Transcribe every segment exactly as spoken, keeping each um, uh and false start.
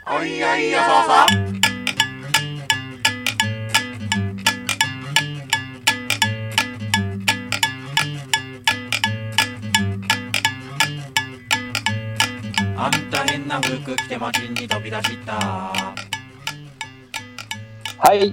おいおいよそうさあんた変な服着て街に飛び出した。 はい、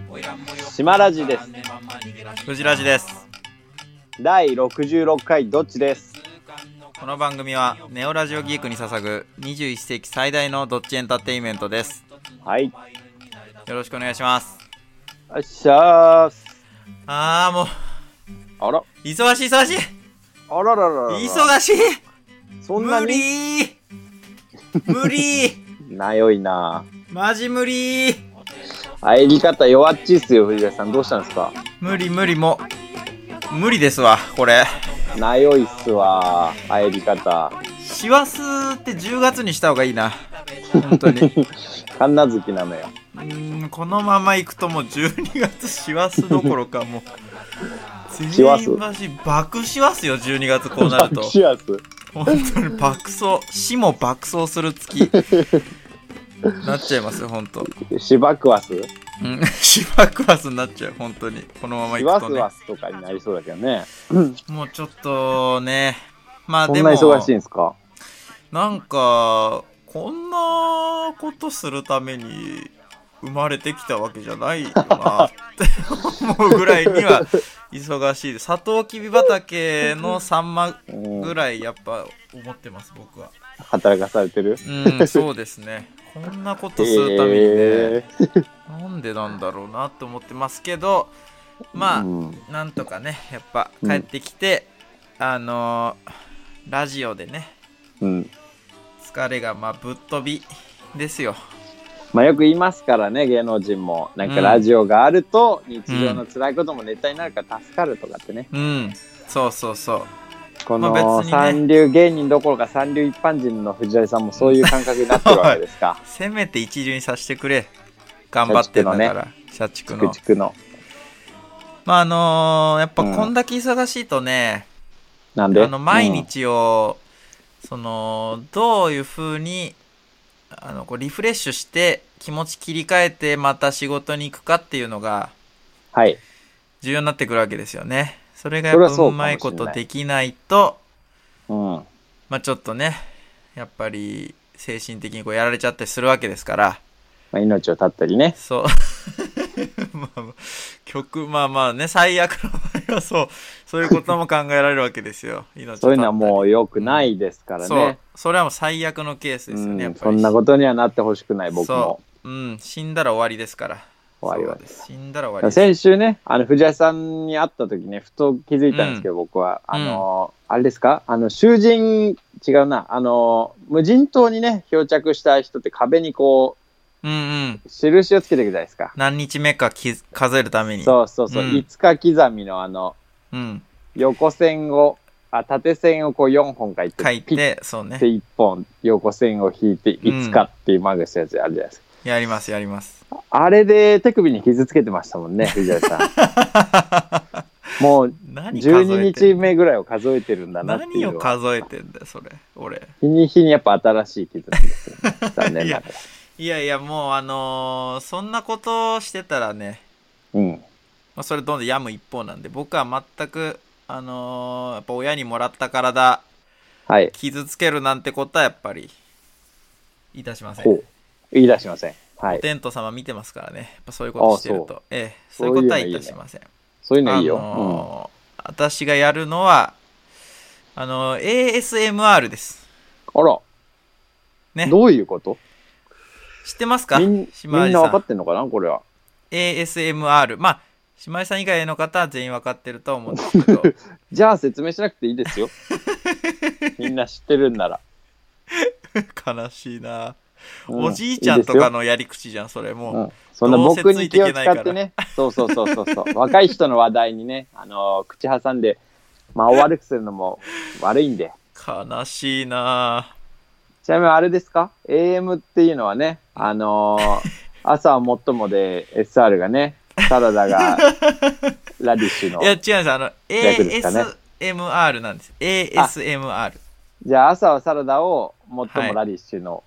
島ラジです。 藤ラジです。 だいろくじゅうろっかいどっちです。 この番組はネオラジオギークに捧ぐにじゅういっせいき最大のドッジエンターテインメントです。 はい、 よろしくお願いします。 よっしゃーす。 あーもうあら忙しい忙しいあららららら忙しいそんなに無理無理なよいな。 マジ無理。 入り方弱っちいっすよ。藤田さんどうしたんですか。 無理無理もう無理ですわこれ。 なよいっすわ入り方。 師走ってじゅうがつにした方がいいな本当に神奈月なのよ。 うーんこのままいくともうじゅうにがつ師走どころかもう師走全員マジ爆師走よ。じゅうにがつこうなると爆死やつ本当に爆走死も爆走する月なっちゃいますよ本当。 しばくわすうんしばくわすになっちゃう本当にこのままいしくとね。 わすわすとかになりそうだけどね。 もうちょっとねまあそでもんな忙しいんですか。 なんかこんなことするために生まれてきたわけじゃないよなって思うぐらいには忙しいです。サトウキビ畑のサンマぐらいやっぱ思ってます僕は。 働かされてる。 うんそうですね。こんなことするためにね、えー、なんでなんだろうなって思ってますけどまあ、うん、なんとかねやっぱ帰ってきて、うん、あのー、ラジオでね、うん、疲れがまあぶっ飛びですよ。 まあよく言いますからね芸能人もなんかラジオがあると日常の辛いこともネタになるから助かるとかってね。 うん、うん、そうそうそう。 この三流芸人どころか三流一般人の藤原さんもそういう感覚になってるわけですか。 せめて一流にさせてくれ。頑張ってんだから社畜の、ね、 社畜のまああのー、やっぱこんだけ忙しいとね、 うん、なんであの毎日を、うん、そのどういう風にあのこうリフレッシュして気持ち切り替えてまた仕事に行くかっていうのが重要になってくるわけですよね。それがやっぱうまいことできないと、うん、まあちょっとねやっぱり精神的にこうやられちゃったりするわけですから、 まあ、命を絶ったりね。 そうまあ曲まあまあね最悪の場合はそうそういうことも考えられるわけですよ。命を絶ったりそういうのはもう良くないですからね。 そうそれはもう最悪のケースですよね、うん、やっぱりそんなことにはなってほしくない僕も。 そう、うん、死んだら終わりですから。 終わりです。 死んだら終わりです。 先週ねあの藤井さんに会った時ねふと気づいたんですけど、うん、僕はあの、うん、あれですかあの囚人違うなあの無人島にね漂着した人って壁にこう、うんうん、印をつけていくじゃないですか。 何日目かき数えるために。 そうそうそう、うん、いつか刻みのあの、うん、横線をあ縦線をこうよんほん書いて書いてそうねでいっぽん横線を引いていつかっていうマグスやつあるじゃないですか。 やりますやります。 あれで手首に傷つけてましたもんね藤原さん。もうじゅうににちめぐらいを数えてるんだなっていう。 何を数えてんだよそれ俺。 日に日にやっぱ新しい傷なんですよね。残念ながら。 いやいやもうあのー、そんなことしてたらね、うんまあ、それどんどん病む一方なんで僕は全くあのー、やっぱ親にもらった体、はい、傷つけるなんてことはやっぱりいたしません。 言い出しません。はい。 お天道様見てますからね。やっぱそういうことしてると、そうええ、そういうことはいたしません。 そういうのいいよ。 あのーうん、私がやるのはあのー、エーエスエムアール です。 あら。ね。どういうこと？ 知ってますか？ みん、みんな分かってんのかなこれは。 エーエスエムアール まあ島井さん以外の方は全員分かってると思うんですけど。 じゃあ説明しなくていいですよ。みんな知ってるんなら。 悲しいな。おじいちゃんとかのやり口じゃんそれもう、うん、 そんな僕に気を使ってねそうそうそうそうそう若い人の話題にね、あのー、口挟んで間を悪くするのも悪いんで。 悲しいな。 ちなみにあれですか エーエム っていうのはねあのー、朝は最もで エスアール がねサラダがラディッシュのいや違うんですあの エーエスエムアール なんです エーエスエムアール。 じゃあ朝はサラダを最もラディッシュの、 は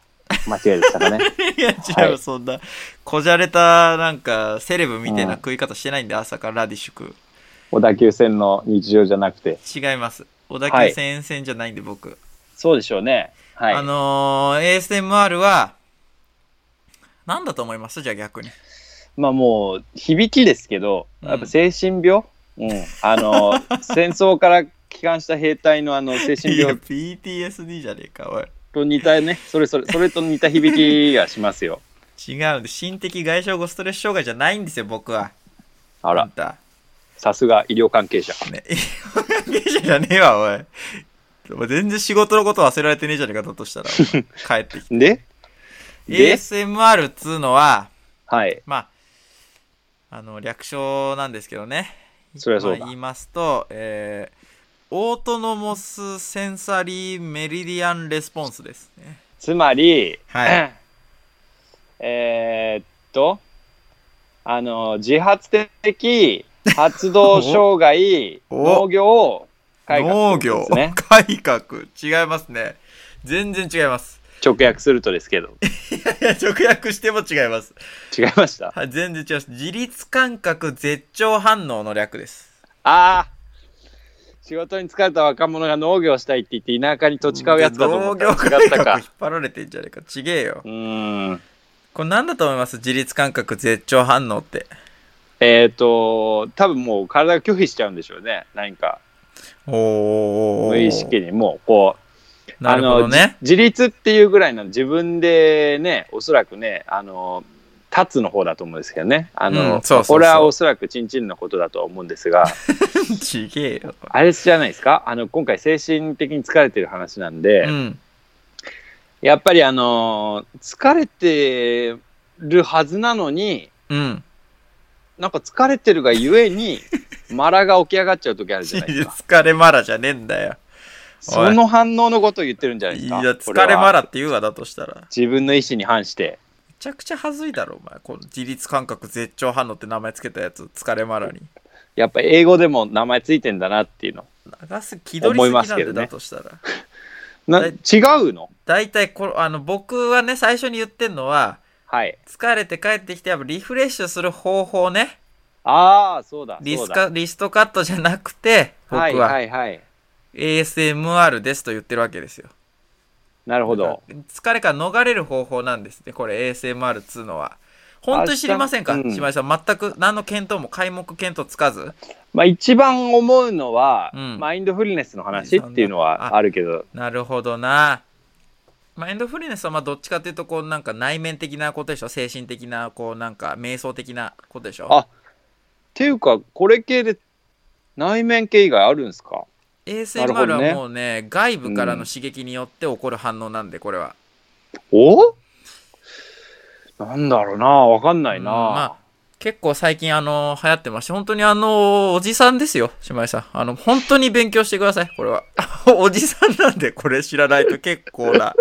間違いでしたかね。 いや違う、はい、そんなこじゃれたなんかセレブみたいな食い方してないんで、うん、朝からラディッシュ食う。 小田急線の日常じゃなくて。 違います。小田急線沿線じゃないんで、はい、僕。 そうでしょうね。はい。 あのー、エーエスエムアール は何だと思います？じゃあ逆に。 まあもう響きですけど、やっぱ精神病、うん、うん、あの戦争から帰還した兵隊のあの精神病。いやピーティーエスディー じゃねえかおい。 と似たね、それそれそれと似た響きがしますよ。 違うんで、心的外傷後ストレス障害じゃないんですよ僕は。 あら。さすが医療関係者。 ね、医療関係者じゃねえわおい。全然仕事のこと忘れられてねえじゃねえかだとしたら帰ってきて。 でエーエスエムアール っつうのは、 はい。 まあ、あの、略称なんですけどね。 それはそうだ。 まあ、言いますと、えー、オートノモスセンサリーメリディアンレスポンスですね。 つまり、 はい。 えー、っと、あの、自発的発動障害農業改革ですね。 農業改革違いますね。全然違います。 直訳するとですけど。 いやいや、直訳しても違います。 違いました。 はい、全然違います。自律感覚絶頂反応の略です。 ああ、仕事に疲れた若者が農業したいって言って田舎に土地買うやつかと思ったら違ったか。 農業改革引っ張られてんじゃねえか。ちげえよ。 うーん。 これ何だと思います？自律感覚絶頂反応って。 えっ、ー、と、多分もう体が拒否しちゃうんでしょうね。何か。 おー。 無意識にもうこう。 なるほどね。 あの自立っていうぐらいの自分でね、おそらくね、あの立つの方だと思うんですけどね。あの、うん、そうそうそう、これはおそらくチンチンのことだと思うんですが、 ちげえよ。 あれじゃないですか。あの今回精神的に疲れてる話なんで、うん、やっぱりあの疲れてるはずなのに、うん、なんか疲れてるがゆえにマラが起き上がっちゃう時あるじゃないですか。 疲れマラじゃねえんだよ。 その反応のことを言ってるんじゃないですか。 いや、疲れマラって言うわだとしたら。 自分の意思に反して。 めちゃくちゃ恥ずいだろ、お前。この自律感覚絶頂反応って名前つけたやつ、疲れマラに。 やっぱ英語でも名前ついてんだなっていうの。 長す気取りすぎなんで、ね、だとしたら。 な違うの？ 大体こあの僕はね、最初に言ってんのは、はい、疲れて帰ってきてやっぱリフレッシュする方法ね。 ああ、そうだ。 リスカリストカットじゃなくて、僕は。はいはいはい。エーエスエムアール ですと言ってるわけですよ。 なるほど。 疲れから逃れる方法なんですね、これ エーエスエムアール っつうのは。本当に知りませんか、うん、島井さん。全く何の見当も皆目見当つかず。 まあ一番思うのは、うん、マインドフルネスの話っていうのはあるけど。 なるほどな。マインドフルネスはまあどっちかというとこうなんか内面的なことでしょ。精神的なこうなんか瞑想的なことでしょ。 あ、っていうかこれ系で内面系以外あるんですか？ エーエスエムアール はもうね、ね、外部からの刺激によって起こる反応なんで、これは。 お？なんだろうな、わかんないな。うん、まあ、 結構最近あの流行ってまして、本当にあのおじさんですよ、島井さん。あの本当に勉強してください、これは。おじさんなんでこれ知らないと結構な。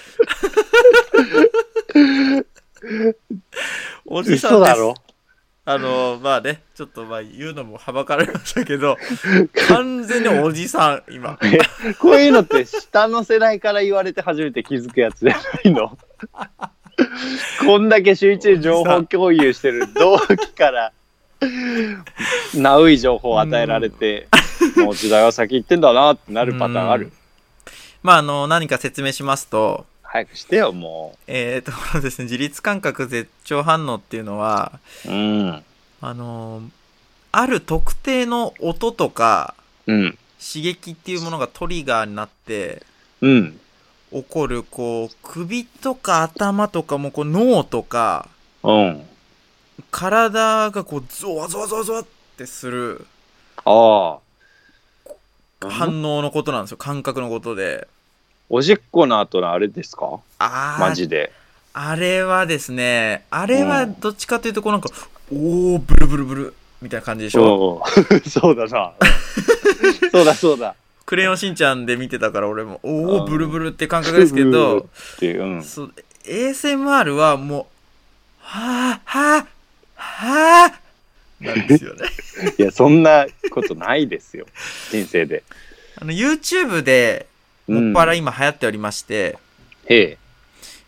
おじさんです。嘘だろ？あのまあね、ちょっとまあ言うのもはばかられましたけど、完全におじさん今。 こういうのって下の世代から言われて初めて気づくやつじゃないの？こんだけ週一で情報共有してる同期からナウい情報を与えられて、もう時代は先行ってんだなってなるパターンある。 まああの何か説明しますと、 早くしてよもう。 えーとですね、自律感覚絶頂反応っていうのは、 うん、 あのある特定の音とか、 うん、 刺激っていうものがトリガーになって、 うん、 起こるこう首とか頭とかもこう脳とか、 うん、 体がこうゾワゾワゾワゾワってするあ反応のことなんですよ。感覚のことで。 おしっこの後のあれですか？ あマジで。 あれはですね、あれはどっちかというとこうなんか、うん、おーブルブルブルみたいな感じでしょ。 そうだな。そうだそうだ。 クレヨンしんちゃんで見てたから俺もおーブルブルって感覚ですけど、 うん、 そう エーエスエムアール はもうはぁはぁはぁなんですよね。 いやそんなことないですよ人生で。 あの YouTube でもっぱら今流行っておりまして、 うん、へえ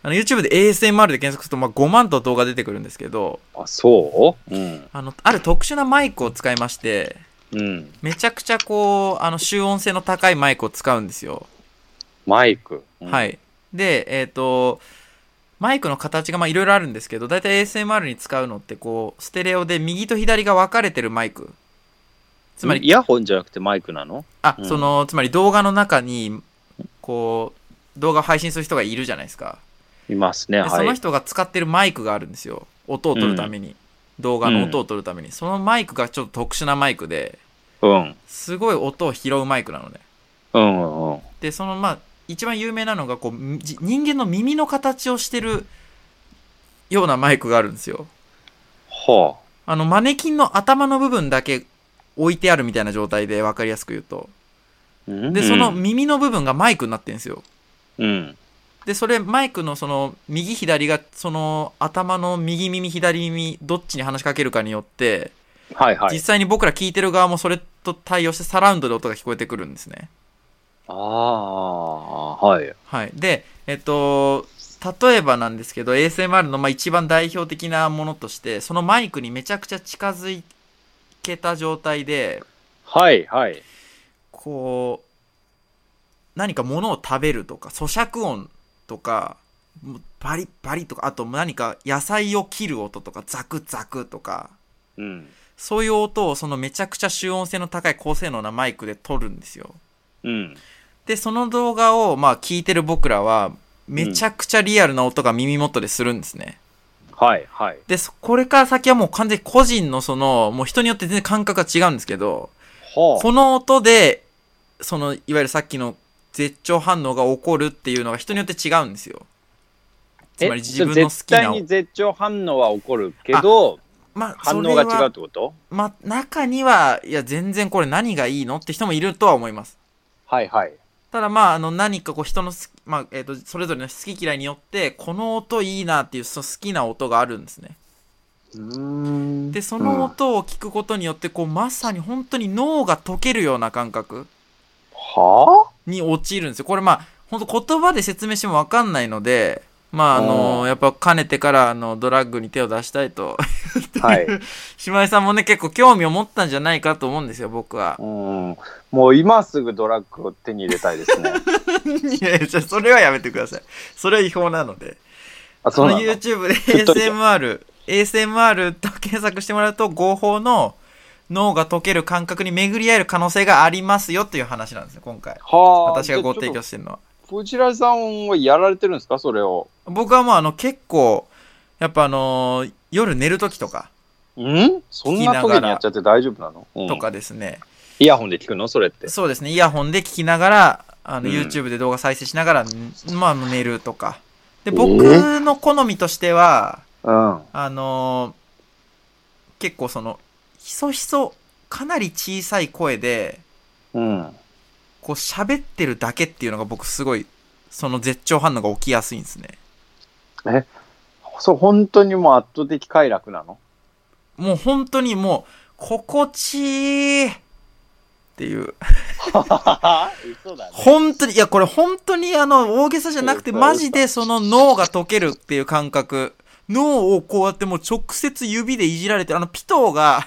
あの YouTube で エーエスエムアール で検索すると、まあ、ごまんと動画出てくるんですけど、 あ、そう、うん、 あの、ある特殊なマイクを使いまして、 うん、 めちゃくちゃこう、あの、集音性の高いマイクを使うんですよ。 マイク、 うん、はい。で、えっと、マイクの形がまあいろいろあるんですけど、だいたい エーエスエムアール に使うのって、こう、ステレオで右と左が分かれてるマイク。 つまり、イヤホンじゃなくてマイクなの？ あ、うん、その、つまり動画の中に、こう、動画を配信する人がいるじゃないですか。 いますね、はい。 その人が使ってるマイクがあるんですよ。音を取るために。うん、動画の音を取るために。そのマイクがちょっと特殊なマイクで、 うん。 すごい音を拾うマイクなのね。 うんうん。 で、その、まあ、一番有名なのが、こう、人間の耳の形をしてるようなマイクがあるんですよ。 はあ。あの、マネキンの頭の部分だけ置いてあるみたいな状態で、分かりやすく言うと。で、その耳の部分がマイクになってるんですよ。 うん。 で、それ、マイクのその、右左が、その、頭の右耳、左耳、どっちに話しかけるかによって、 はいはい。 実際に僕ら聞いてる側もそれと対応してサラウンドで音が聞こえてくるんですね。 ああ、はい。 はい。で、えっと、例えばなんですけど、エーエスエムアール のまあ一番代表的なものとして、そのマイクにめちゃくちゃ近づけた状態で、 はいはい。 こう、何か物を食べるとか、咀嚼音とか、バリッバリとか、あと何か野菜を切る音とか、ザクザクとか、 うん、 そういう音をそのめちゃくちゃ集音性の高い高性能なマイクで撮るんですよ。 うん、 で、その動画をまあ聞いてる僕らは、めちゃくちゃリアルな音が耳元でするんですね。 うん、はいはい。 で、これから先はもう完全に個人のその、もう人によって全然感覚が違うんですけど、はあ、この音で、その、いわゆるさっきの絶頂反応が起こるっていうのが人によって違うんですよ。つまり自分の好きな。 絶対に絶頂反応は起こるけど、まあ、反応が違うってこと？ まあ、中には、いや、全然これ何がいいのって人もいるとは思います。 はいはい。 ただまあ、あの、何かこう人の、まあ、えっと、それぞれの好き嫌いによって、この音いいなっていう、その好きな音があるんですね。 うーん。 で、その音を聞くことによって、こう、まさに本当に脳が溶けるような感覚。 はぁ？ に陥るんですよ。これまあ、本当言葉で説明してもわかんないので、まああのー、やっぱかねてからあのドラッグに手を出したいとはい。島井さんもね結構興味を持ったんじゃないかと思うんですよ僕は。 うん。もう今すぐドラッグを手に入れたいですね。 いやいやそれはやめてください。それは違法なので。 あ、そうなの？ YouTube で エーエスエムアール エーエスエムアール と検索してもらうと合法の脳が溶ける感覚に巡り合える可能性がありますよという話なんですね今回。はあ。私がご提供してるのは。 藤原さんはやられてるんですかそれを？ 僕はもうあの結構やっぱあのー、夜寝るときとかんそんな時にやっちゃって大丈夫なの、 うん、とかですね。 イヤホンで聞くのそれって？そうですねイヤホンで聞きながらあの、うん、YouTube で動画再生しながら、まあ、寝るとかで僕の好みとしては、 えー、 あのー、結構そのひそひそかなり小さい声で、 うん、 こう喋ってるだけっていうのが僕すごいその絶頂反応が起きやすいんですね。 え、そう本当にもう圧倒的快楽なの？ もう本当にもう心地いいっていう嘘だね。 本当にいやこれ本当にあの大げさじゃなくてマジでその脳が溶けるっていう感覚、脳をこうやってもう直接指でいじられてあのピトーが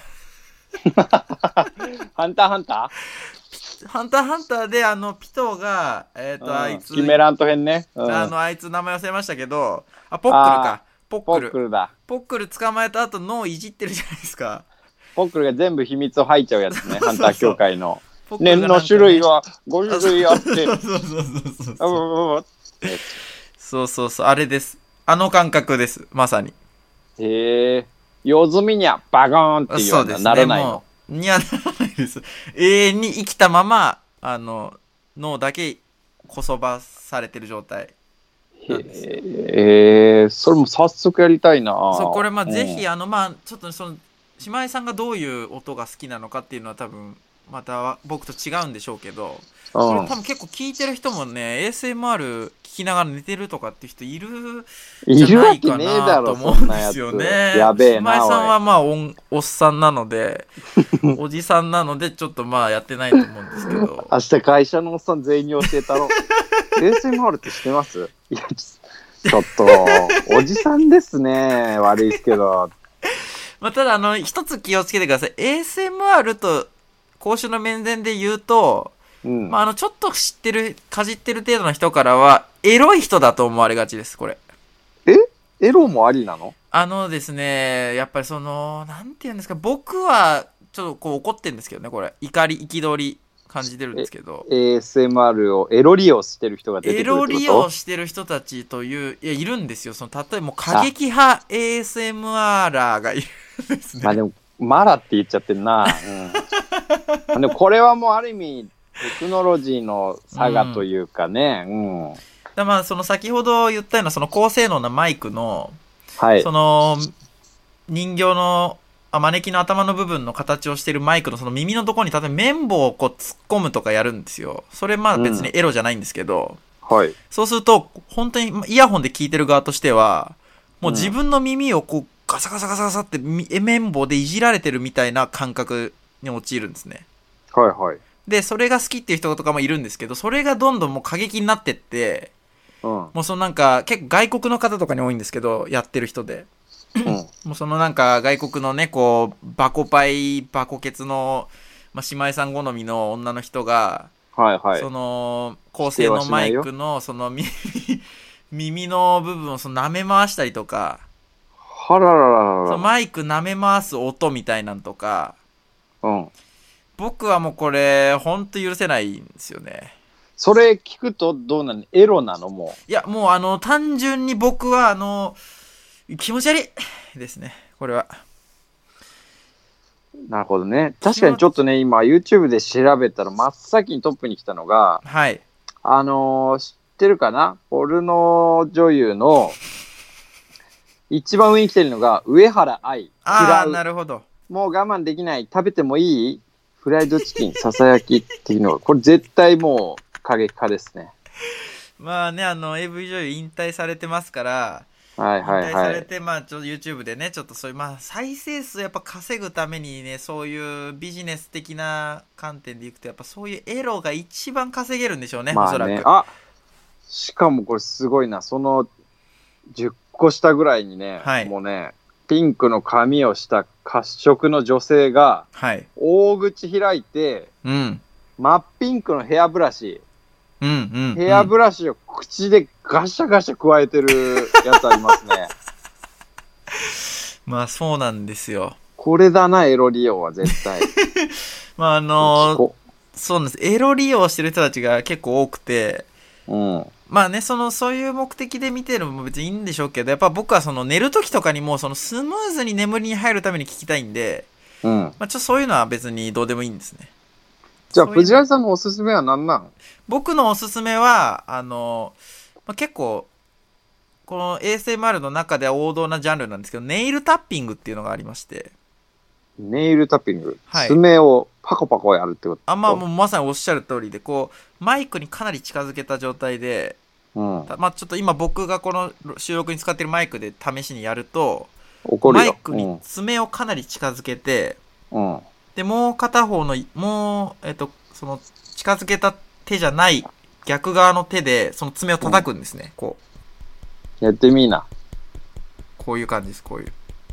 ハンターハンターハンターハンターであのピトーがえっ、ー、と、うん、あいつキメラント編ね、 うん、あのあいつ名前忘れましたけどあポックルかポックルポックルだポックル捕まえた後脳いじってるじゃないですか。 ポックルが全部秘密を吐いちゃうやつねハンター協会の念の種類はご種類あってそうそうそうそうそうそうそうあれですあの感覚ですまさに。 へえ夜積みにはバゴーンっていうようなならないの？ いやならないです。永遠に生きたままあの脳だけこそばされてる状態なんですよ。 へえそれも早速やりたいな。 そうこれまあぜひ、うん、あのまあちょっとその島井さんがどういう音が好きなのかっていうのは多分また僕と違うんでしょうけど、それ多分結構聞いてる人もね エーエスエムアール 聞きながら寝てるとかって人いるじゃないかなと思うんですよね。 やべえな。 島井さんはまあ お, おっさんなのでおじさんなのでちょっとまあやってないと思うんですけど明日会社のおっさん全員に教えたろエーエスエムアール って知ってます？いやちょっと、おじさんですね。悪いですけど。 まあ、ただ、あの、一つ気をつけてください。エーエスエムアール と公衆の面前で言うと、うん、まあ、あの、ちょっと知ってる、かじってる程度の人からは、エロい人だと思われがちです、これ。 えエロもありなの？ あのですね、やっぱりその、なんて言うんですか、僕は、ちょっとこう怒ってるんですけどね、これ。怒り、憤り感じてるんですけど。 エーエスエムアール をエロ利用してる人が出てくるってこと？ エロ利用してる人たちという、いや、いるんですよ。その、例えばもう過激派 エーエスエムアーラーがいるんですね。 まあでも、マラって言っちゃってんな。うん、でもこれはもうある意味、テクノロジーの差がというかね。うん。うん、 だまあ、その先ほど言ったような、その高性能なマイクの、 はい、 その、人形の、あ、招きの頭の部分の形をしているマイクのその耳のところに例えば綿棒をこう突っ込むとかやるんですよ。それまあ別にエロじゃないんですけど、 うん、はい。 そうすると本当にイヤホンで聞いてる側としてはもう自分の耳をこうガサガサガサガサって綿棒でいじられてるみたいな感覚に陥るんですね。 はいはい。でそれが好きっていう人とかもいるんですけど、それがどんどんもう過激になってって、うん、もうそのなんか結構外国の方とかに多いんですけど、やってる人で。うん、もうそのなんか外国のね、こう、バコパイ、バコケツの、まあ、姉妹さん好みの女の人が、 はいはい。 その、高性能マイクの、その耳、耳の部分をその舐め回したりとか、 はららららそのマイク舐め回す音みたいなんとか、 うん。 僕はもうこれ、ほんと許せないんですよね。 それ聞くとどうなの？エロなの？もう。 いや、もうあの、単純に僕はあの、気持ち悪いですね、これは。 なるほどね。確かにちょっとね、今 YouTube で調べたら真っ先にトップに来たのが、 はい。 あのー、知ってるかな？ポルノ女優の一番上に来てるのが上原愛。 ああ、なるほど。 もう我慢できない。食べてもいい？フライドチキン、ささやきっていうのが、これ絶対もう過激派ですね。 まあね、あの エーブイ 女優引退されてますから、 はいはいはい、 引退されて、まあ、ちょっと YouTube でね、ちょっとそういう、まあ、再生数やっぱ稼ぐためにね、そういうビジネス的な観点でいくと、やっぱそういうエロが一番稼げるんでしょうね、 まあね、 おそらく。 あ、しかもこれすごいな、そのじゅっこ下ぐらいにね、はい、もうね、ピンクの髪をした褐色の女性が、 はい、 大口開いて、 うん、 真っピンクのヘアブラシ、 うんうんうん、 ヘアブラシを口でガシャガシャ加えてるやつありますね。 まあそうなんですよ。 これだな、エロ利用は絶対。 まああのー、そうなんです。エロ利用してる人たちが結構多くて、 うん、まあね、そのそういう目的で見てるのも別にいいんでしょうけど、やっぱ僕はその寝る時とかにもそのスムーズに眠りに入るために聞きたいんで、 うん、 まあちょっとそういうのは別にどうでもいいんですね。 じゃあ藤原さんのおすすめは何なん？ 僕のおすすめはあの、まあ、結構この エーエスエムアール の中では王道なジャンルなんですけど、ネイルタッピングっていうのがありまして。 ネイルタッピング、はい、爪をパコパコやるってこと？ あ、まあもうまさにおっしゃる通りで、こうマイクにかなり近づけた状態で、 うん、 まあちょっと今僕がこの収録に使ってるマイクで試しにやると、 怒るよ、 マイクに爪をかなり近づけて、 うん、 でもう片方のもうえっとその近づけた手じゃない逆側の手でその爪を叩くんですね、うん、こうやってみーな。 こういう感じです。こういう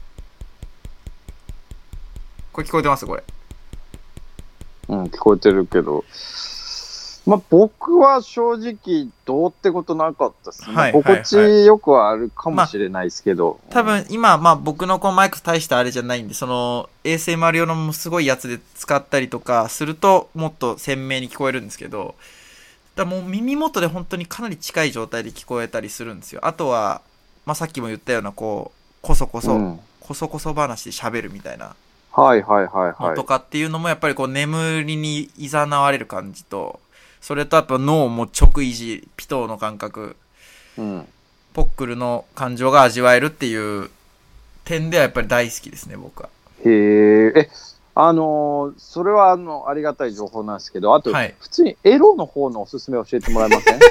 これ聞こえてます？これうん聞こえてるけど、まあ僕は正直どうってことなかったですね、はい、心地よくはあるかもしれないですけど、 まあ、多分今、まあ、僕のこのマイク大したあれじゃないんで、その エーエスエムアール 用のすごいやつで使ったりとかするともっと鮮明に聞こえるんですけど、だもう耳元で本当にかなり近い状態で聞こえたりするんですよ。あとは、まあ、さっきも言ったようなこうコソコソ、うん、コソコソ話で喋るみたいなはいはいはいはいとかっていうのもやっぱりこう眠りにいざなわれる感じと、それとやっぱ脳も直維持、ピトーの感覚、 うん、 ポックルの感情が味わえるっていう点ではやっぱり大好きですね、僕は。 へえ、え、あのー、それはあのありがたい情報なんですけど、あと、はい、普通にエロの方のおすすめ教えてもらえません？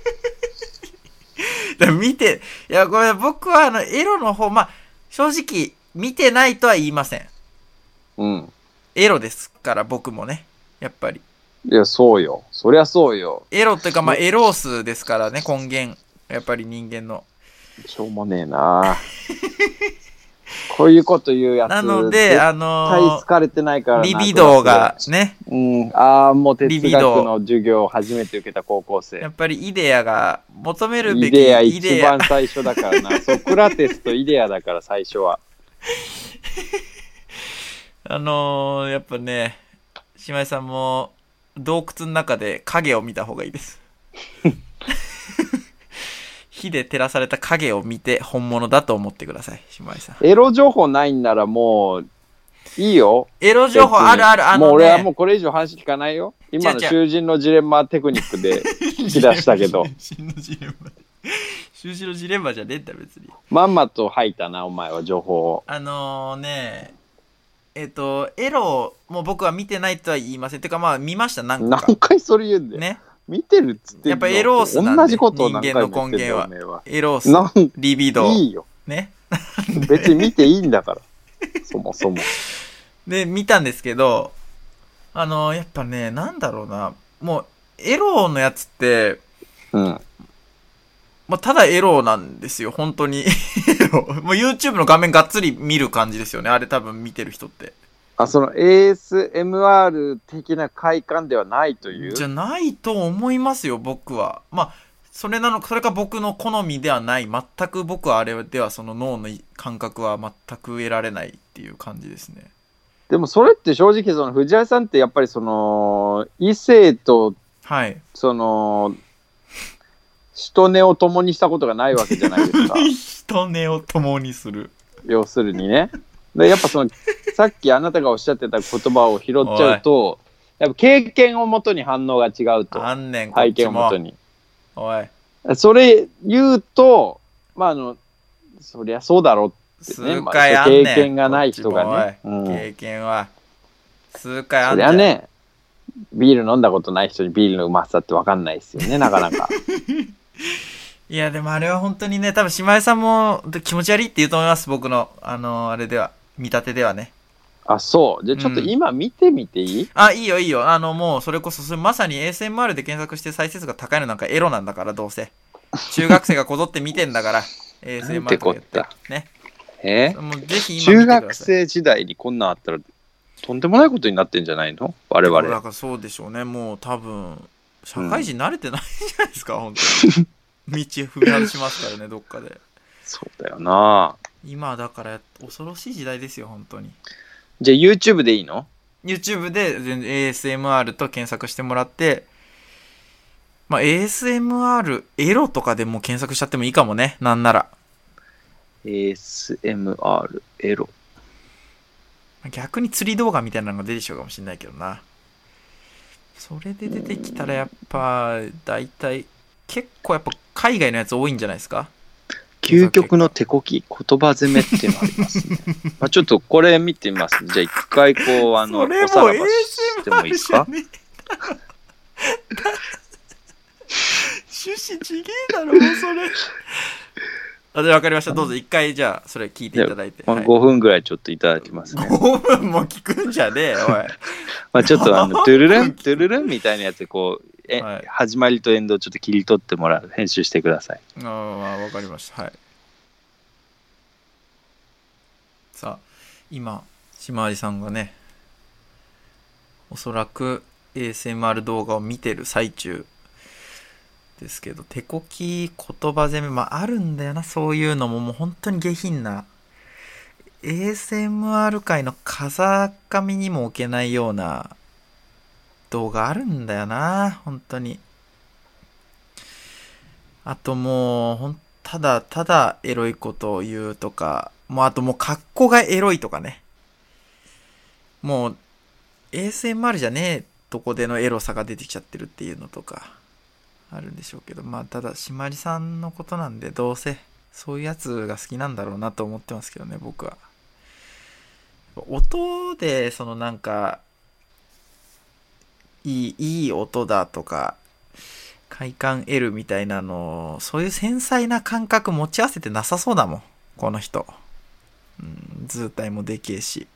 見て、いやこれ僕はあのエロの方、まあ正直見てないとは言いません。 うん。 エロですから僕もね、やっぱり。 いや、そうよ。そりゃそうよ。 エロっていうか、まあ、エロースですからね、根源。やっぱり人間の。 しょうもねえなこういうこと言うやつなので、あの絶対好かれてないからな。 リビドーがね。 うん。ああ、もう哲学の授業を初めて受けた高校生。 やっぱりイデアが求めるべきイデア一番最初だからな。ソクラテスとイデアだから最初は。 あのー、やっぱね、姉妹さんも洞窟の中で影を見た方がいいです。火で照らされた影を見て本物だと思ってください、姉妹さん。 エロ情報ないんならもういいよ。 エロ情報あるある。あのね、 もう俺はもうこれ以上話聞かないよ。今の囚人のジレンマテクニックで引き出したけど。 囚人のジレンマ。囚人のジレンマじゃねえんだ別に。 まんまと吐いたなお前は情報を。 あのー、ねえっ、ー、とエロもう僕は見てないとは言いません。てかまあ見ました何個か。 何回それ言うんだよ。ね。見てるっつって。 やっぱエロースなんで。 同じことを何回人間の根源はエロース、リビドー。 いいよ。 ね。 別に見ていいんだから。そもそも。 で見たんですけど、あのやっぱね、なんだろうな、もうエロのやつって、 うん、 まあ、ただエロなんですよ本当に。エロもう YouTube の画面がっつり見る感じですよね、あれ多分見てる人って。 あ、その エーエスエムアール 的な快感ではないという。 じゃないと思いますよ僕は。まあそれなの、それか僕の好みではない。全く僕はあれではその脳の感覚は全く得られないっていう感じですね。 でもそれって正直その藤原さんってやっぱりその異性と、 はい、 その人根を共にしたことがないわけじゃないですか。 人根を共にする。 要するにね。でやっぱそのさっきあなたがおっしゃってた言葉を拾っちゃうと、やっぱ経験をもとに反応が違うと。 あんねん、 体験をもとに。 おい。 それ言うと、まああのそりゃそうだろう。 数回あんねん、 経験がない人がね、 うん、経験は数回あんねん。そりゃね、ビール飲んだことない人にビールのうまさって分かんないですよね、なかなか。 いやでもあれは本当にね、多分姉妹さんも気持ち悪いって言うと思います。僕のあのあれでは、見立てではね。 あ、そう。じゃあちょっと今見てみていい？うん、 あ、いいよいいよ。あのもうそれこそそれまさに エーエスエムアール で検索して再生数が高いのなんかエロなんだから、どうせ中学生がこぞって見てんだから。エーエスエムアール とか言ってね。 えー、もうぜひ今中学生時代にこんなんあったらとんでもないことになってんじゃないの我々。 だからそうでしょうね。もう多分社会人慣れてないんじゃないですか、うん、本当に。道踏み外しますからね、どっかで。 そうだよな。 今だから恐ろしい時代ですよ本当に。 じゃあ YouTube でいいの？ YouTube で全然 エーエスエムアール と検索してもらって、まあ エーエスエムアール エロとかでも検索しちゃってもいいかもね、なんなら。 エーエスエムアール エロ。 逆に釣り動画みたいなのが出てきちゃうかもしれないけどな。それで出てきたらやっぱ大体結構やっぱ海外のやつ多いんじゃないですか。 究極の手こき言葉攻めっていうのありますね。まあちょっとこれ見てみます。じゃあ一回こうあのそれもおさらばしてもいいですか？ 趣旨ちげえだろもうそれ。あ、で分かりました。どうぞ一回じゃあそれ聞いていただいて、 まあ、ごふんぐらいちょっといただきますね。 ごふんも聞くんじゃねえよおい。 まあちょっとあのトゥルルントゥルルンみたいなやつでこうえ、はい、始まりとエンドをちょっと切り取ってもらう、編集してください。 ああ、分かりました。はい。さあ今しまわりさんがねおそらく エーエスエムアール 動画を見てる最中ですけど、手こき言葉攻め、まああるんだよな、そういうのも。もう本当に下品な エーエスエムアール 界の風上にも置けないような動画あるんだよな、本当に。あともうほんただただエロいことを言うとか、もうあともう格好がエロいとかね。もう エーエスエムアール じゃねえとこでのエロさが出てきちゃってるっていうのとかあるんでしょうけど、まあただしまりさんのことなんで、どうせそういうやつが好きなんだろうなと思ってますけどね、僕は。音でそのなんかいいいい音だとか快感得るみたいなの、そういう繊細な感覚持ち合わせてなさそうだもんこの人。うん、図体もでけえし、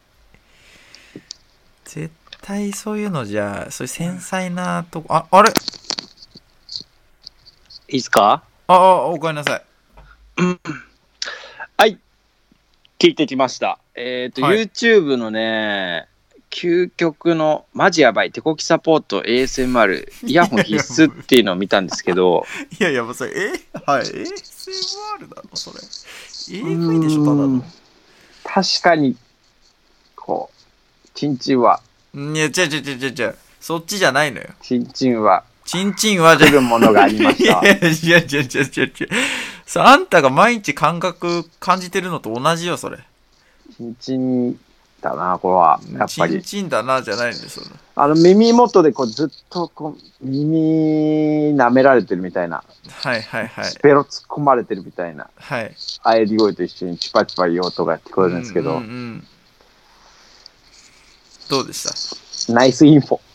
絶対そういうのじゃ、そういう繊細なとこ、ああれいいっすか？ ああ、おかえりなさい。 はい。聞いてきました。えっ、ー、と、 はい、 YouTube のね、究極のマジやばい手こきサポート エーエスエムアール イヤホン必須っていうのを見たんですけどいやいやもうそれえはい エーエスエムアール なのそれ エーブイ でしょただの。 確かにこうチンチンはいや違う違う違う違う違うそっちじゃないのよ。 チンチンはチンチンはじゃ来るものがありました。 いやいや違う違う違う違う違うさあんたが毎日感覚感じてるのと同じよそれ。 チンチンだなこれはやっぱりチンチンだなじゃないんですよ。 あの耳元でこうずっとこう耳舐められてるみたいな、 はいはいはい、 ベロ突っ込まれてるみたいな、 はい、 あえり声と一緒にチパチパ言う音が聞こえるんですけど、うんうんうん、 どうでした？ ナイスインフォ。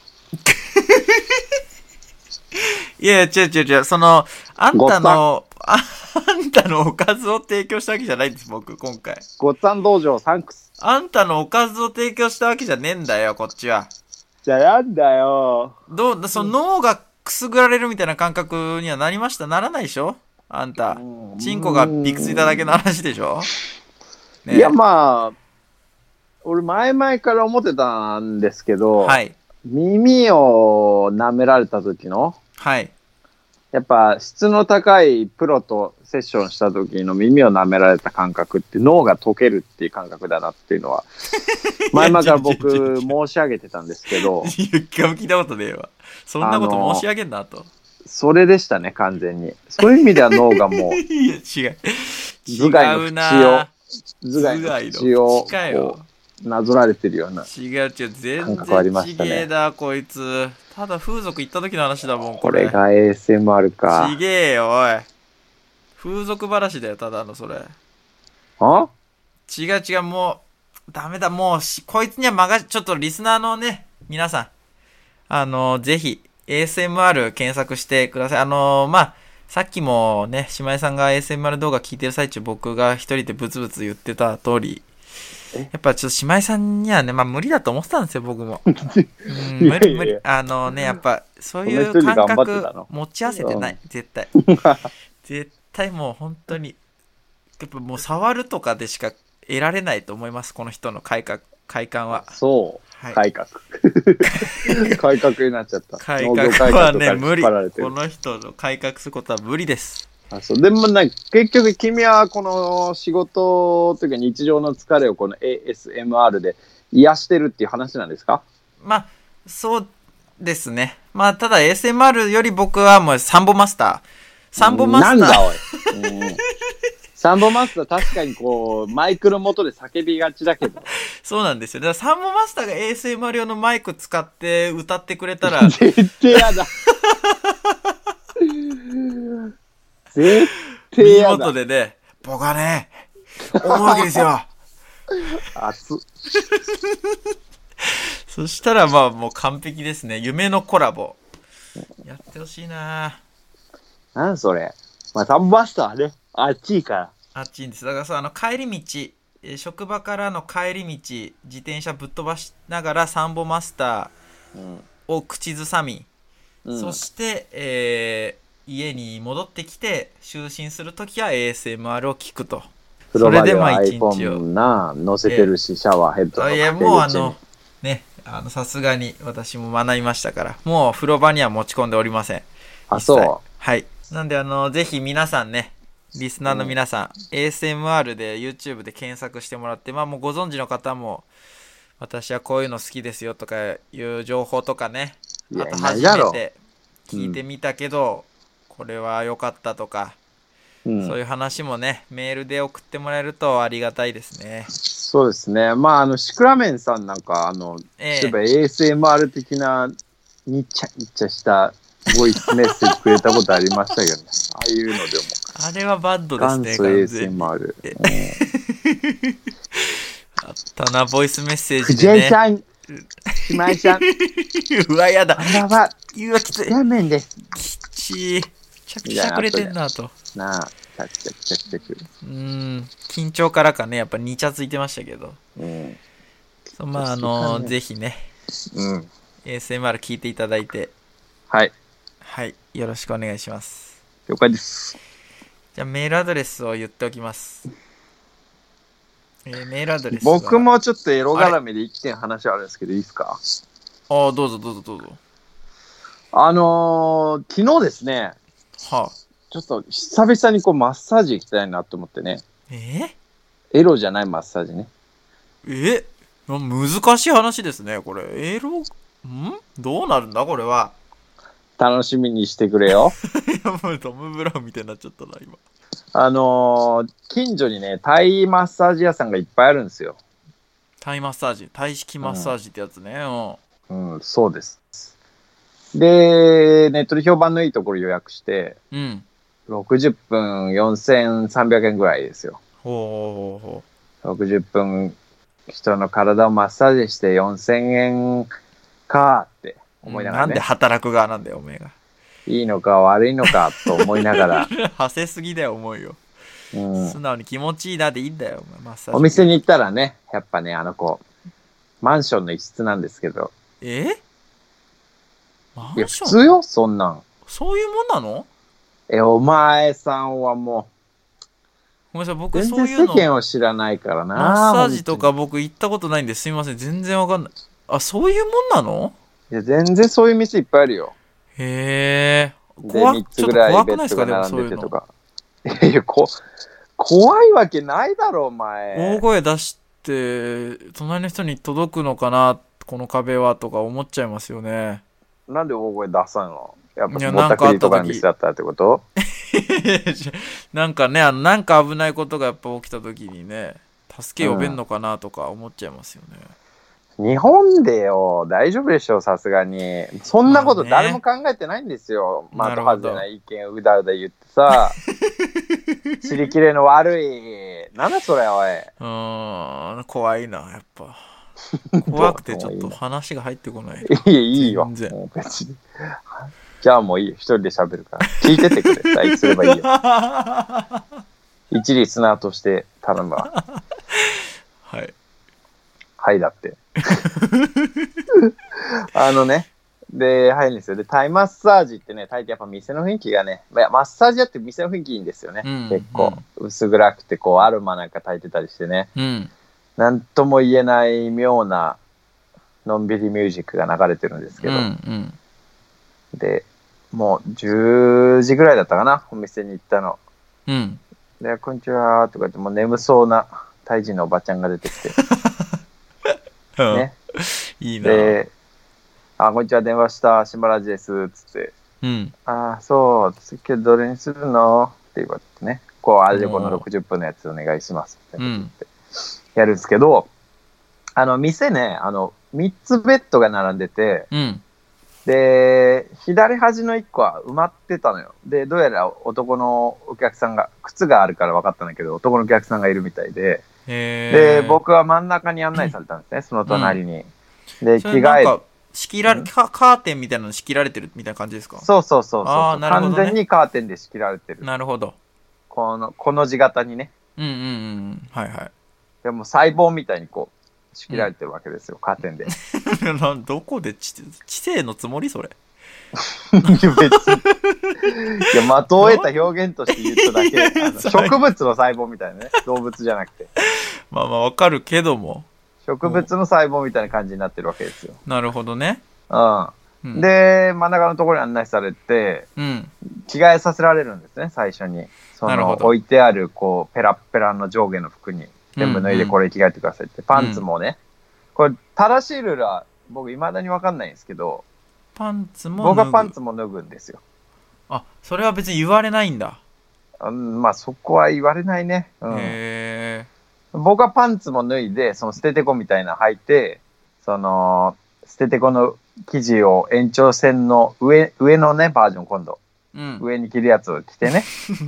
いやいや違う違う違うそのあんたのあんたのおかずを提供したわけじゃないんです僕今回。 ごっつぁん道場サンクス。 あんたのおかずを提供したわけじゃねえんだよこっちは。 じゃあなんだよ。 どうその脳がくすぐられるみたいな感覚にはなりました？ならないでしょあんた。チンコがびくついただけの話でしょ、ね、 いやまあ俺前々から思ってたんですけど、はい、耳を舐められた時の、はい、やっぱ質の高いプロとセッションした時の耳を舐められた感覚って脳が溶けるっていう感覚だなっていうのは前々から僕申し上げてたんですけど聞いたことねえわそんなこと申し上げんなと。 それでしたね完全に。そういう意味では脳がもういや違う頭蓋の口を頭蓋の口をこうなぞられてるような違う違う全然ちげえだこいつ。ただ風俗行った時の話だもんこれ。 これが エーエスエムアール か。 ちげえよおい風俗話だよただのそれ。 あ違う違うもうダメだもうしこいつには任せちょっとリスナーのね皆さんあのぜひ エーエスエムアール 検索してください。あのまあさっきもね姉妹さんが エーエスエムアール 動画聞いてる最中僕が一人でブツブツ言ってた通りやっぱちょっと姉妹さんにはねまあ無理だと思ってたんですよ僕も、うん、無理無理あのねやっぱそういう感覚持ち合わせてない絶対絶対もう本当にやっぱもう触るとかでしか得られないと思いますこの人の快感快感は。 そう、はい、改革改革になっちゃった。 改革はね無理。この人の改革することは無理です。 あそうでもね結局君はこの仕事というか日常の疲れをこの エーエスエムアール で癒してるっていう話なんですか？ まあそうですね。まあただ エーエスエムアール より僕はもうサンボマスターサンボマスターなんだおい、うん、サンボマスター確かにこうマイクの元で叫びがちだけどそうなんですよ。だからサンボマスターが エーエスエムアール 用のマイク使って歌ってくれたら絶対やだ絶対やだ。 耳元でね僕はね思うわけですよ熱っそしたらまあもう完璧ですね。夢のコラボやってほしいな。 なんそれ。まあサンボマスターねあっちいからあっちいんです。だからさあの帰り道職場からの帰り道自転車ぶっ飛ばしながらサンボマスターを口ずさみ、うん、そして、えー、家に戻ってきて就寝するときは エーエスエムアール を聞くと。 それでまあ一日を iPhone な載せてるし、えー、シャワーヘッドのかけるうちに。いやもうあのねあのさすがに私も学びましたからもう風呂場には持ち込んでおりません。 あそうはいなんであのぜひ皆さんねリスナーの皆さん、うん、エーエスエムアール で YouTube で検索してもらってまあもうご存知の方も私はこういうの好きですよとかいう情報とかねあと初めて聞いてみたけど、うん、これは良かったとか、うん、そういう話もねメールで送ってもらえるとありがたいですね。 そうですね。まああのシクラメンさんなんかあの、えー、例えば エーエスエムアール 的なにっちゃにっちゃしたボイスメッセージくれたことありましたけどねああいうのでもあれはバッドですね。 元祖 エーエスエムアール、うん、 あったなボイスメッセージでね。 藤井さん、島井さん、 うわやだ。 こんばんは。 うわきつい。 ラーメンです。 きちい。ちゃくちゃくれてんなと。 なあ、チャクチャクチャクチャク。 うーん、緊張からかねやっぱにちゃついてましたけど。うん。そうまああのぜひね。うん。エーエスエムアール 聞いていただいて。 はい。 はいよろしくお願いします。 了解です。 じゃあメールアドレスを言っておきます。えー、メールアドレスは僕もちょっとエロ絡みで一点話あるんですけど、いいですか？ ああ、どうぞどうぞどうぞ。 あのー、昨日ですね、 はあ、 ちょっと久々にこうマッサージ行きたいなと思ってね。 えエロじゃないマッサージね。 え難しい話ですね、これ。エロんどうなるんだ、これは。 楽しみにしてくれよ。 いや、もうトム・ブラウンみたいになっちゃったな、今。 あのー、近所にね、タイマッサージ屋さんがいっぱいあるんですよ。 タイマッサージ、タイ式マッサージってやつね。 うん、うん、そうです。で、ネットで評判のいいところ予約して、 うん。 ろくじゅっぷんよんせんさんびゃくえんぐらいですよ。 ほうほうほう。ろくじゅっぷん人の体をマッサージしてよんせんえんかって思いながらね。 なんで働く側なんだよ、おめえが。 いいのか悪いのかと思いながら。 はせすぎだよ、思いよ。うん、素直に気持ちいいなでいいんだよ、マッサージ。 お店に行ったらね、やっぱね、あの子、マンションの一室なんですけど。 えマンション？いや、 普通よ、そんなん。 そういうもんなの？ え、お前さんはもう。 ごめんなさい、僕そういうの。 全然世間を知らないからな。 マッサージとか僕行ったことないんですいません、全然わかんない。あ、そういうもんなの？ いや、全然そういう店いっぱいあるよ。 へえ。 で、みっつぐらいベッドが並んでてとか。いやいや、こ、怖いわけないだろ、お前。 大声出して、隣の人に届くのかな、この壁は、とか思っちゃいますよね。 なんで大声出さんの？やっぱぼったくりとかの店だったってこと？ なんかね、あの、なんか危ないことがやっぱ起きた時にね、助け呼べんのかなとか思っちゃいますよね。 うん、日本でよ、大丈夫でしょ、さすがに。そんなこと誰も考えてないんですよ。まあ、的外れな意見をうだうだ言ってさ。知りきれの悪い。なんだそれ、おい。 うーん、怖いな、やっぱ。怖くてちょっと話が入ってこない。 いや、いいよ。もう別に。じゃあもういいよ。一人で喋るから。聞いててくれ。大すればいいよ。一リスナーとして頼むわ。 はい。 はいだって。あのね。で、入るんですよ。で、タイマッサージってね、大抵やっぱ店の雰囲気がね、いやマッサージ屋って店の雰囲気いいんですよね。うん、結構、うん、薄暗くて、こう、アロマなんか炊いてたりしてね。うん、なんとも言えない妙な、のんびりミュージックが流れてるんですけど。うんうん、で、もうじゅうじぐらいだったかな、お店に行ったの。うん、で、こんにちはとか言って、もう眠そうなタイ人のおばちゃんが出てきて。ね。 いいな。 で、あ、こんにちは、電話した、しばらじです、つって。うん。あ、そう、今日どれにするのって言われてね。こう、あれでこのろくじゅっぷんのやつお願いします。って言って。やるんですけど、あの、店ね、あの、みっつベッドが並んでて、うん、で、左端のいっこは埋まってたのよ。で、どうやら男のお客さんが、靴があるから分かったんだけど、男のお客さんがいるみたいで、で、僕は真ん中に案内されたんですね、その隣に。うん、で、着替えて、 仕切られ、カーテンみたいなの仕切られてるみたいな感じですか？ そうそうそうそう。あ、なるほどね、完全にカーテンで仕切られてる。 なるほど。 この、この字型にね。 うんうんうん。はいはい。 でも細胞みたいにこう、仕切られてるわけですよ、うん、カーテンで。 どこで知、知性のつもりそれ。 いや、別に。いや、的を得た表現として言っただけ。あの植物の細胞みたいなね。動物じゃなくて。 まあまあわかるけども。 植物の細胞みたいな感じになってるわけですよ。 なるほどね。 うん。うん、で、真ん中のところに案内されて、うん、着替えさせられるんですね、最初に。その置いてある、こう、ペラッペラの上下の服に全部脱いでこれ着替えてくださいって。うんうん、パンツもね。これ、正しいルールは僕、未だに分かんないんですけど、 パンツも僕はパンツも脱ぐんですよ。 あ、それは別に言われないんだ。 うん、まあ、そこは言われないね。うん、へー。僕はパンツも脱いで、その捨ててこみたいなの履いて、その、捨ててこの生地を延長線の上、上のね、バージョン今度。うん、上に着るやつを着てね。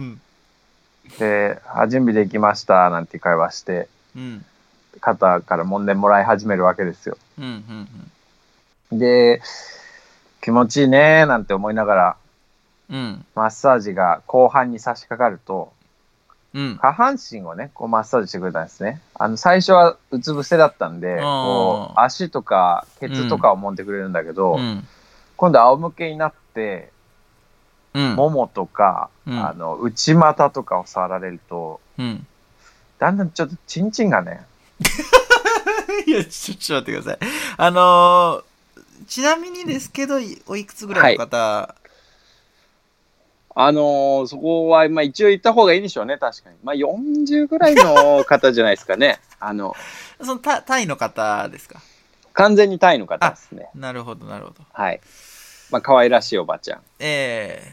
で、あ、準備できました、なんて会話して、うん、肩から揉んでもらい始めるわけですよ。うんうんうん、で、気持ちいいね、なんて思いながら、うん、マッサージが後半に差し掛かると、うん、下半身をね、こうマッサージしてくれたんですね。あの、最初はうつ伏せだったんで、こう、足とか、ケツとかを揉んでくれるんだけど、うん、今度仰向けになって、 うん、 ももとか、 うん、 あの内股とかを触られると、 うん、 だんだんちょっとチンチンがねいやちょちょっと待ってください。あのー、ちなみにですけどおいくつぐらいの方、はい、 あのー、そこは、まあ、一応言った方がいいでしょうね、確かに。まあ、よんじゅうぐらいの方じゃないですかね。あの、 そのタ、タイの方ですか？ 完全にタイの方ですね。 なるほど、なるほど。 はい。まあ、可愛らしいおばちゃん。 え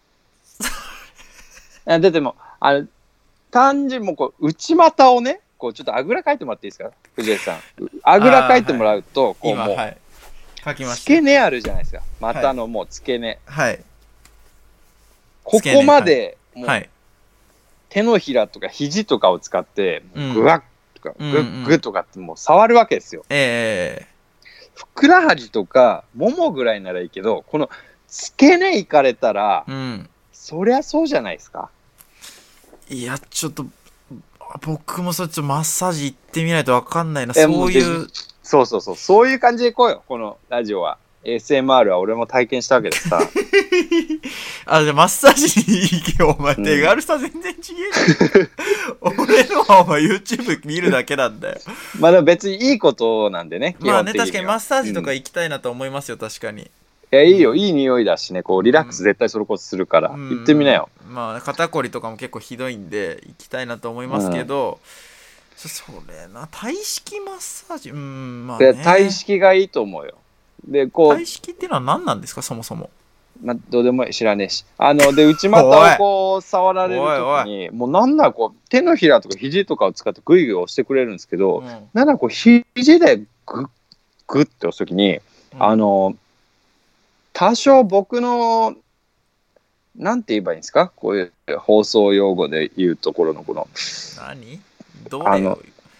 えー。だってもう、あの、単純にもうこう、内股をね、こう、ちょっとあぐらかいてもらっていいですか？藤江さん。あぐらかいてもらうと、こう、もう、はい、 書きました。 付け根あるじゃないですか。股のもう付け根。 はい。 ここまで、もう、 はい、 手のひらとか肘とかを使って、ぐわっとか、 うん、 ぐっぐっとかってもう触るわけですよ。 ええー。ふくらはぎとか、ももぐらいならいいけど、この付け根いかれたら、 うん、 そりゃそうじゃないですか。 いや、ちょっと、僕もそっちマッサージ行ってみないと分かんないな、そういう。 そうそうそう、そういう感じでいこうよ、このラジオは。エスエムアール は俺も体験したわけですさ。 あ、じゃあマッサージに行けよ、お前。手軽さ全然違えじゃん。俺のはお前 YouTube 見るだけなんだよ。 まあでも別にいいことなんでね。 まあね、確かにマッサージとか行きたいなと思いますよ、うん、確かに。いや、いいよ、いい匂いだしね、こう、リラックス絶対それこそするから、うん、行ってみなよ。 まあ、肩こりとかも結構ひどいんで、行きたいなと思いますけど、うん、それな、体式マッサージ、うん、まあね。 体式がいいと思うよ。で、こう。 体式っていうのは何なんですか、そもそも。 まあ、どうでも知らねえし。あの、で、内股をこう、触られるときに、もうなんならこう、手のひらとか肘とかを使ってグイグイ押してくれるんですけど、うん、なんならこう、肘でグッ、グッって押すときに、うん、あの、多少僕の、なんて言えばいいんですか？こういう放送用語で言うところのこの。 何？どれよ？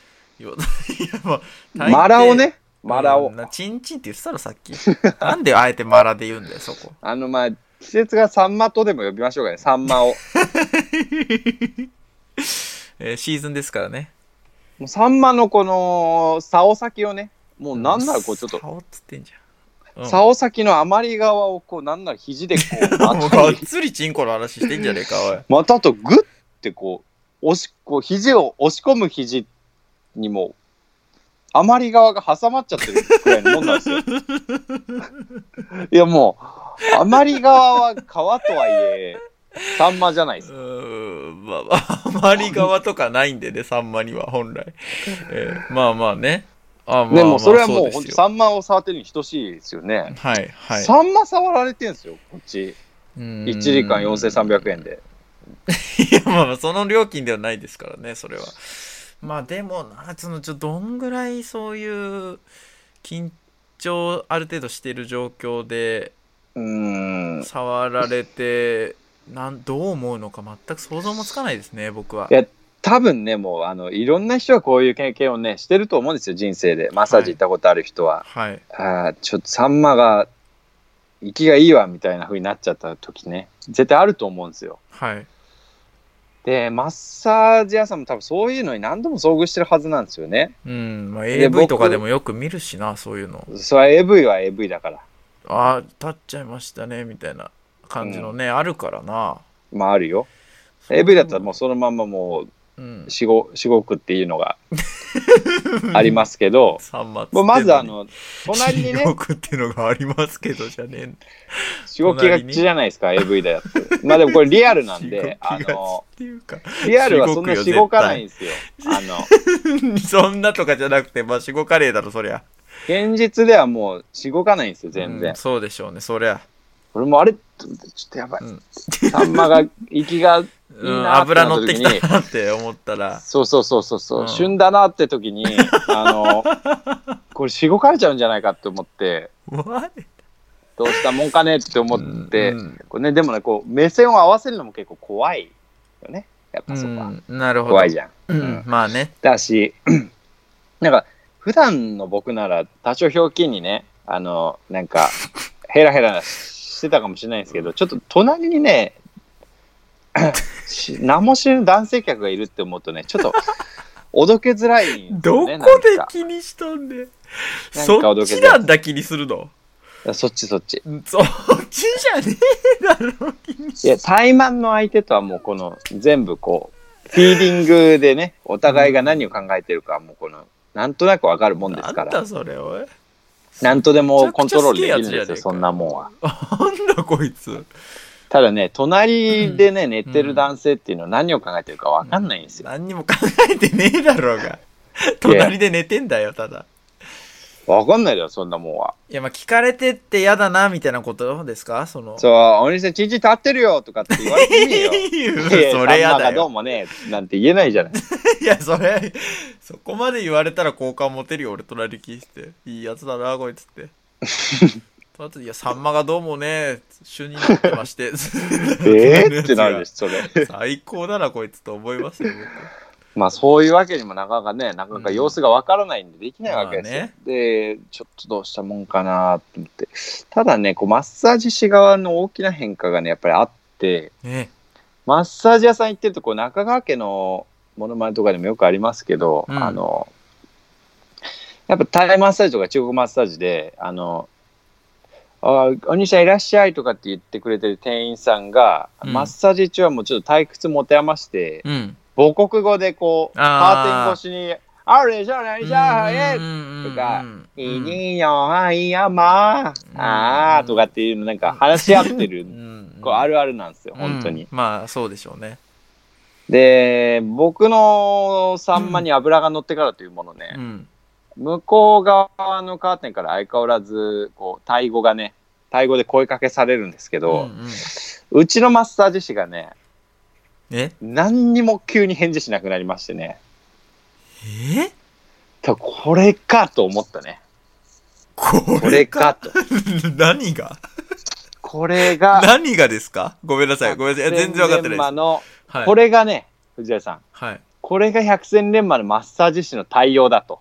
マラをね、マラを。 チンチンって言ってたらさっき。なんであえてマラで言うんだよ、そこ。 あの、まあ、季節がサンマとでも呼びましょうかね、サンマを。 えー、シーズンですからね。 もうサンマのこの、竿先をね、もうなんならこうちょっと。 竿っつってんじゃん。 竿先の余り側をこうなんなら肘でこうもうがっつりチンコの話してんじゃねえかおい。 またとグッてこう押しこう肘を押し込む肘にも余り側が挟まっちゃってるくらいのもんなんですよ。いやもう余り側は皮とはいえサンマじゃないですか。うーん、まあ、余り側とかないんでねサンマには本来、えー、まあまあね。あまあ、 でもそれはもう本当サンマを触ってるに等しいですよね。 はいはい。 サンマ触られてるんですよこっち。いちじかんよんせんさんびゃくえんで。 いやまあまあその料金ではないですからねそれは。まあでもなそのちょどんぐらいそういう緊張ある程度してる状況でうーん触られてなんどう思うのか全く想像もつかないですね僕は。 いや多分ねもうあのいろんな人はこういう経験をねしてると思うんですよ人生でマッサージ行ったことある人は、 はい、 あちょっとサンマが息がいいわみたいな風になっちゃった時ね絶対あると思うんですよ。 はい。 でマッサージ屋さんも多分そういうのに何度も遭遇してるはずなんですよね。 うん、まあ、エーブイ とかでもよく見るしなそういうの。 それは エーブイ は エーブイ だから。 ああ立っちゃいましたねみたいな感じのね、うん、あるからな。 まああるよ。エーブイ だったらもうそのまんまもうしごくっていうのがありますけどもうまずあの隣にねしごくっていうのがありますけどじゃねえしごきがちじゃないですか エーブイ だやってまあでもこれリアルなんであのリアルはそんなしごかないんですよあのそんなとかじゃなくてまあしごかれえだろそりゃ現実ではもうしごかないんですよ全然、うん、 そうでしょうねそりゃ俺もあれちょっとやばい、うん、サンマが息がいいなって油乗ってきたなって思ったらそうそうそうそうそう、うん、旬だなって時にあのこれしごかれちゃうんじゃないかって思ってどうしたもんかねって思って、うんうん、これね、でもねこう目線を合わせるのも結構怖いよねやっぱそこは、 うん、なるほど怖いじゃん、 うんうん、まあねだしなんか普段の僕なら多少ひょうきんにねあのなんかヘラヘラしてたかもしれないんですけどちょっと隣にね名も知れぬ男性客がいるって思うとねちょっとおどけづらいんですよね。 どこで気にしとんでそっちなんだ気にするの。 そっちそっち。 そっちじゃねえだろ。 いや、怠慢の相手とはもうこの全部こう、フィーリングでね、お互いが何を考えてるかもうこの、なんとなくわかるもんですから。 なんだそれ、おい。 なんとでもコントロールできるんですよ、そんなもんは。 なんだこいつ。 ただね、隣でね、うん、寝てる男性っていうのは何を考えてるかわかんないんですよ。 うん、何にも考えてねえだろうが。隣で寝てんだよ、ただ。 わかんないだよ、そんなもんは。 いや、まあ、聞かれてって嫌だな、みたいなことですかその。 そう、お兄さん、ちんちん立ってるよとかって言われてねえよ。いや、それやだよ。がどうもね、なんて言えないじゃない。 いや、それ、そこまで言われたら好感持てるよ、俺、隣聞いて。いいやつだな、こいつって。いや、サンマがどうもね、旬になってまして。 えーってなるです、それ。 最高だな、こいつと思いますよ、僕。 まあそういうわけにもなかなかね、なかなか様子がわからないんでできないわけですよ。うんまあね、で、ちょっとどうしたもんかなと思って。ただね、こうマッサージ師側の大きな変化がね、やっぱりあって、 ね、 マッサージ屋さん行ってると、こう中川家のモノマネとかでもよくありますけど、うん、あの、やっぱタイマッサージとか中国マッサージで、あの、あお兄さんいらっしゃいとかって言ってくれてる店員さんが、うん、マッサージ中はもうちょっと退屈持て余して、うん母国語でこう、カーテン越しに、あれじゃないじゃん、えとか、いいよ、はいや、まあ、あーとかっていうのなんか話し合ってる、こうあるあるなんですよ、本当に。 うん、まあ、そうでしょうね。 で、僕のサンマに油が乗ってからというものね、うん、向こう側のカーテンから相変わらず、こう、タイ語がね、タイ語で声かけされるんですけど、うんうん、うちのマッサージ師がね、 え何にも急に返事しなくなりましてね。 えこれかと思ったね。 これかと。何がこれが。 何がですかごめんなさい。ごめんなさい。全然分かってないです。 のはい、これがね、藤谷さん。 はい。 これが百戦錬磨のマッサージ師の対応だと。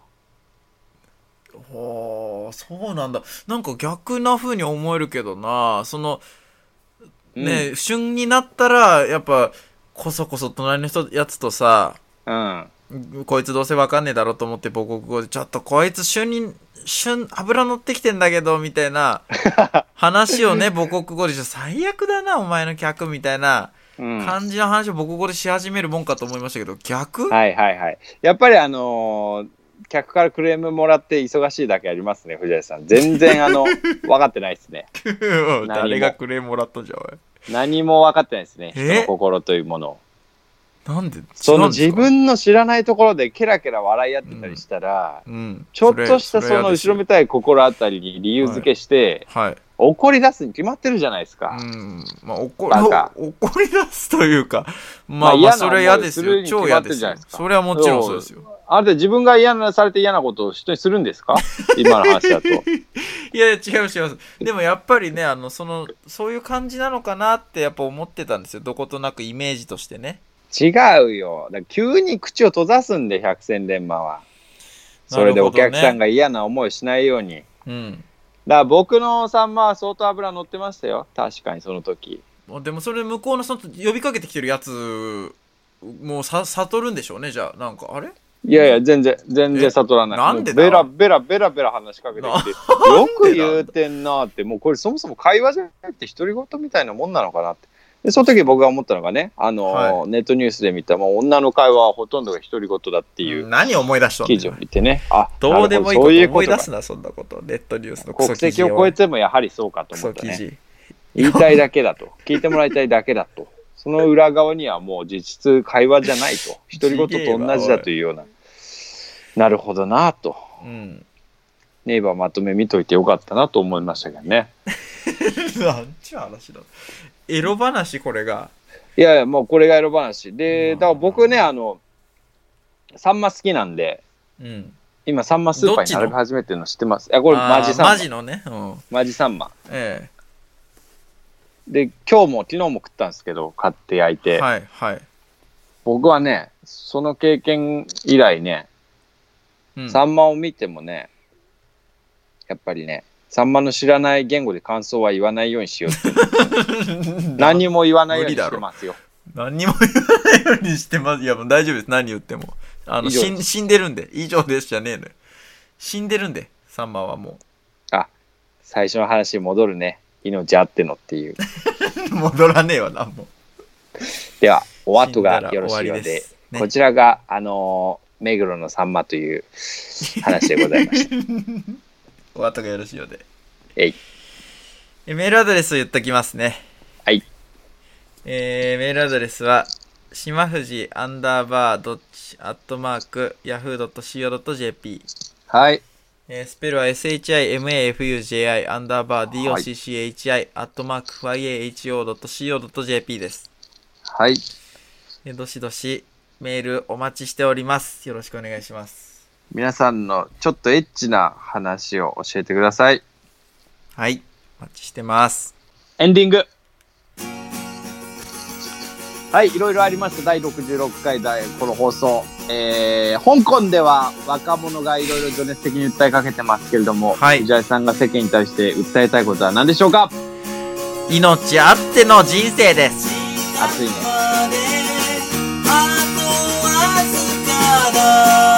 はあ、そうなんだ。なんか逆な風に思えるけどな。その、ね、うん、旬になったら、やっぱ、こそこそ隣の人やつとさ、 うん、 こいつどうせわかんねえだろうと思って母国語でちょっとこいつ旬に旬油乗ってきてんだけどみたいな話をね母国語で最悪だなお前の客みたいな感じの話を母国語でし始めるもんかと思いましたけど逆？ はいはいはい。やっぱりあのー、客からクレームもらって忙しいだけありますね藤谷さん。全然あの分かってないですね。 誰がクレームもらったんじゃおい。 何も分かってないですね、人の心というものを。 なんでその自分の知らないところでケラケラ笑い合ってたりしたら、 うんうん、 ちょっとしたその後ろめたい心当たりに理由付けして、 はいはい、 怒り出すに決まってるじゃないですか。 うんまあ、怒, 怒り出すというか、まあ、まあそれは嫌ですよ。超嫌ですよ。それはもちろんそうですよ。 あれで自分が嫌なされて嫌なことを人にするんですか今の話だと。 いやいや違います違います。でもやっぱりねあのそのそういう感じなのかなってやっぱ思ってたんですよ。どことなくイメージとしてね。 違うよ。だから急に口を閉ざすんで百戦錬磨は。それでお客さんが嫌な思いしないように。 うん。 だから僕のサンマは相当油乗ってましたよ。確かにその時。 でもそれ向こうのその呼びかけてきてるやつもうさ悟るんでしょうね。じゃあなんかあれいやいや全然全然悟らない。 なんでだベラベラベラベラ話しかけてきてよく言うてんなって。もうこれそもそも会話じゃなくて独り言みたいなもんなのかなって。でその時僕が思ったのがね、あのーはい、ネットニュースで見たもう女の会話はほとんどが独り言だっていう、 うん、何思い出した記事を見てね、あどうでもいいこと思い出すなそんなこと。ネットニュースのクソ記事国籍を超えてもやはりそうかと思ったね。言いたいだけだと聞いてもらいたいだけだとその裏側にはもう実質会話じゃないと独り言と同じだというようななるほどなと、 うん、 ネイバーまとめ見といてよかったなと思いましたけどね。 なんちゅう話だ。エロ話これが。 いやいやもうこれがエロ話で、だから僕ねあのサンマ好きなんで、 うん、 今サンマスーパーに並び始めてるの知ってます？いやこれマジサンマ。 マジのね、うん、 マジサンマ。 ええ。で今日も昨日も食ったんですけど買って焼いて、 はいはい。 僕はねその経験以来ね、うん、サンマを見てもねやっぱりねサンマの知らない言語で感想は言わないようにしようって何も言わないようにしてますよ。 何にも言わないようにしてます。いやもう大丈夫です。何言ってもあの死ん、死んでるんで以上ですじゃねえのよ。死んでるんでサンマはもう。 あ最初の話に戻るね。命あってのっていう。 戻らねえわな、もう。 では、お後がよろしいようで、ね、こちらが、あのー、目黒のさんまという話でございました。 お後がよろしいようで。 えい。 メールアドレスを言っときますね。 はい。 えー、メールアドレスは、しまふじアンダーバードッチアットマークヤフードットシーオードットジェーピー。 はい。 えー、スペルは エスエイチアイエムエーエフユージェーアイ アンダーバー ディーオーシーシーエイチアイ アットマークワイエーエイチオードットシーオードットジェーピー です。 はい。 えー、どしどしメールお待ちしております。よろしくお願いします。 皆さんのちょっとエッチな話を教えてください。 はい。お待ちしてます。 エンディング。はい、いろいろありました。だいろくじゅうろっかいだこの放送。えー、香港では若者がいろいろ情熱的に訴えかけてますけれども、はい、藤井さんが世間に対して訴えたいことは何でしょうか？ 命あっての人生です。 熱いね。